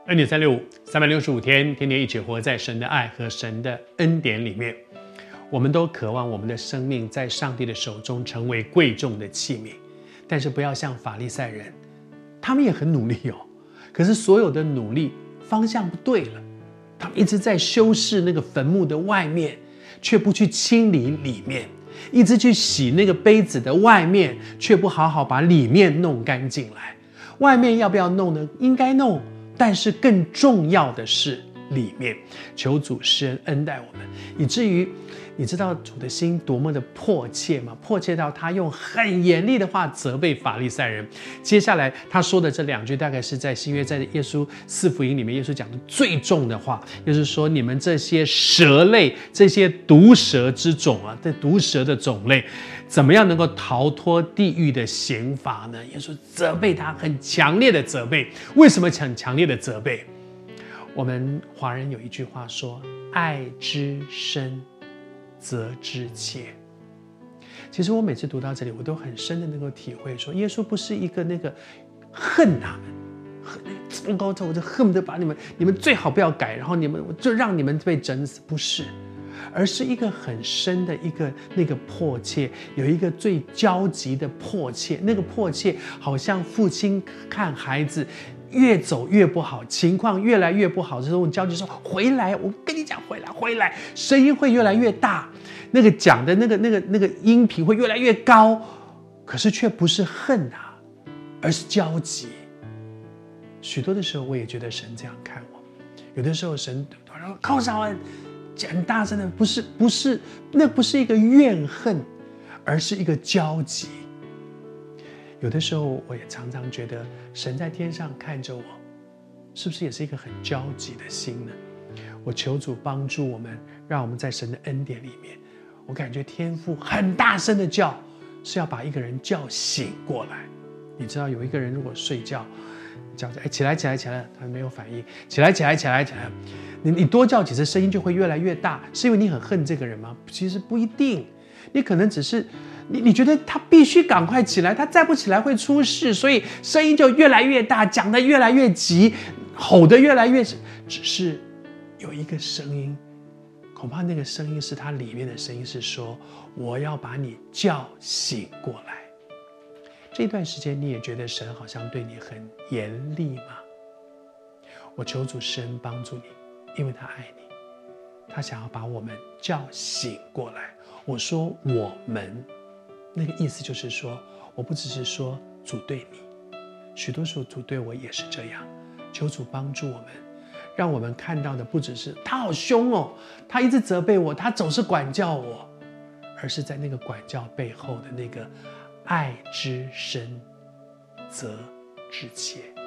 恩典365，365天，天天一起活在神的爱和神的恩典里面。我们都渴望我们的生命在上帝的手中成为贵重的器皿，但是不要像法利赛人，他们也很努力哦，可是所有的努力方向不对了，他们一直在修饰那个坟墓的外面，却不去清理里面，一直去洗那个杯子的外面，却不好好把里面弄干净来。外面要不要弄呢？应该弄，但是更重要的是里面。求主施恩恩待我们，以至于你知道主的心多么的迫切吗？迫切到他用很严厉的话责备法利赛人。接下来他说的这2句，大概是在新约，在耶稣4福音里面，耶稣讲的最重的话，就是说你们这些蛇类，这些毒蛇之种啊，这毒蛇的种类，怎么样能够逃脱地狱的刑罚呢？耶稣责备他，很强烈的责备。为什么很强烈的责备？我们华人有一句话说：“爱之深，责之切。”其实我每次读到这里，我都很深的能够体会说，耶稣不是一个那个恨他们，恨高头，我就恨不得把你们最好不要改，然后我就让你们被整死，不是，而是一个很深的那个迫切，有一个最焦急的迫切，那个迫切好像父亲看孩子越走越不好，情况越来越不好的时候，焦急说回来，我跟你讲回来，声音会越来越大，那个讲的那个音频会越来越高，可是却不是恨他，而是焦急。许多的时候我也觉得神这样看我，有的时候神说寇绍恩很大声的，不是，那不是一个怨恨，而是一个焦急。有的时候我也常常觉得神在天上看着我，是不是也是一个很焦急的心呢？我求主帮助我们，让我们在神的恩典里面，我感觉天父很大声的叫，是要把一个人叫醒过来。你知道有一个人如果睡觉叫着起来，他没有反应，起来，你多叫几次声音就会越来越大，是因为你很恨这个人吗？其实不一定，你可能只是你觉得他必须赶快起来，他再不起来会出事，所以声音就越来越大，讲得越来越急，吼得越来越，只是有一个声音，恐怕那个声音是他里面的声音，是说我要把你叫醒过来。这段时间你也觉得神好像对你很严厉吗？我求主施恩帮助你，因为他爱你，他想要把我们叫醒过来。我说我们，那个意思就是说，我不只是说主对你，许多时候主对我也是这样。求主帮助我们，让我们看到的不只是他好凶哦，他一直责备我，他总是管教我，而是在那个管教背后的那个爱之深，责之切。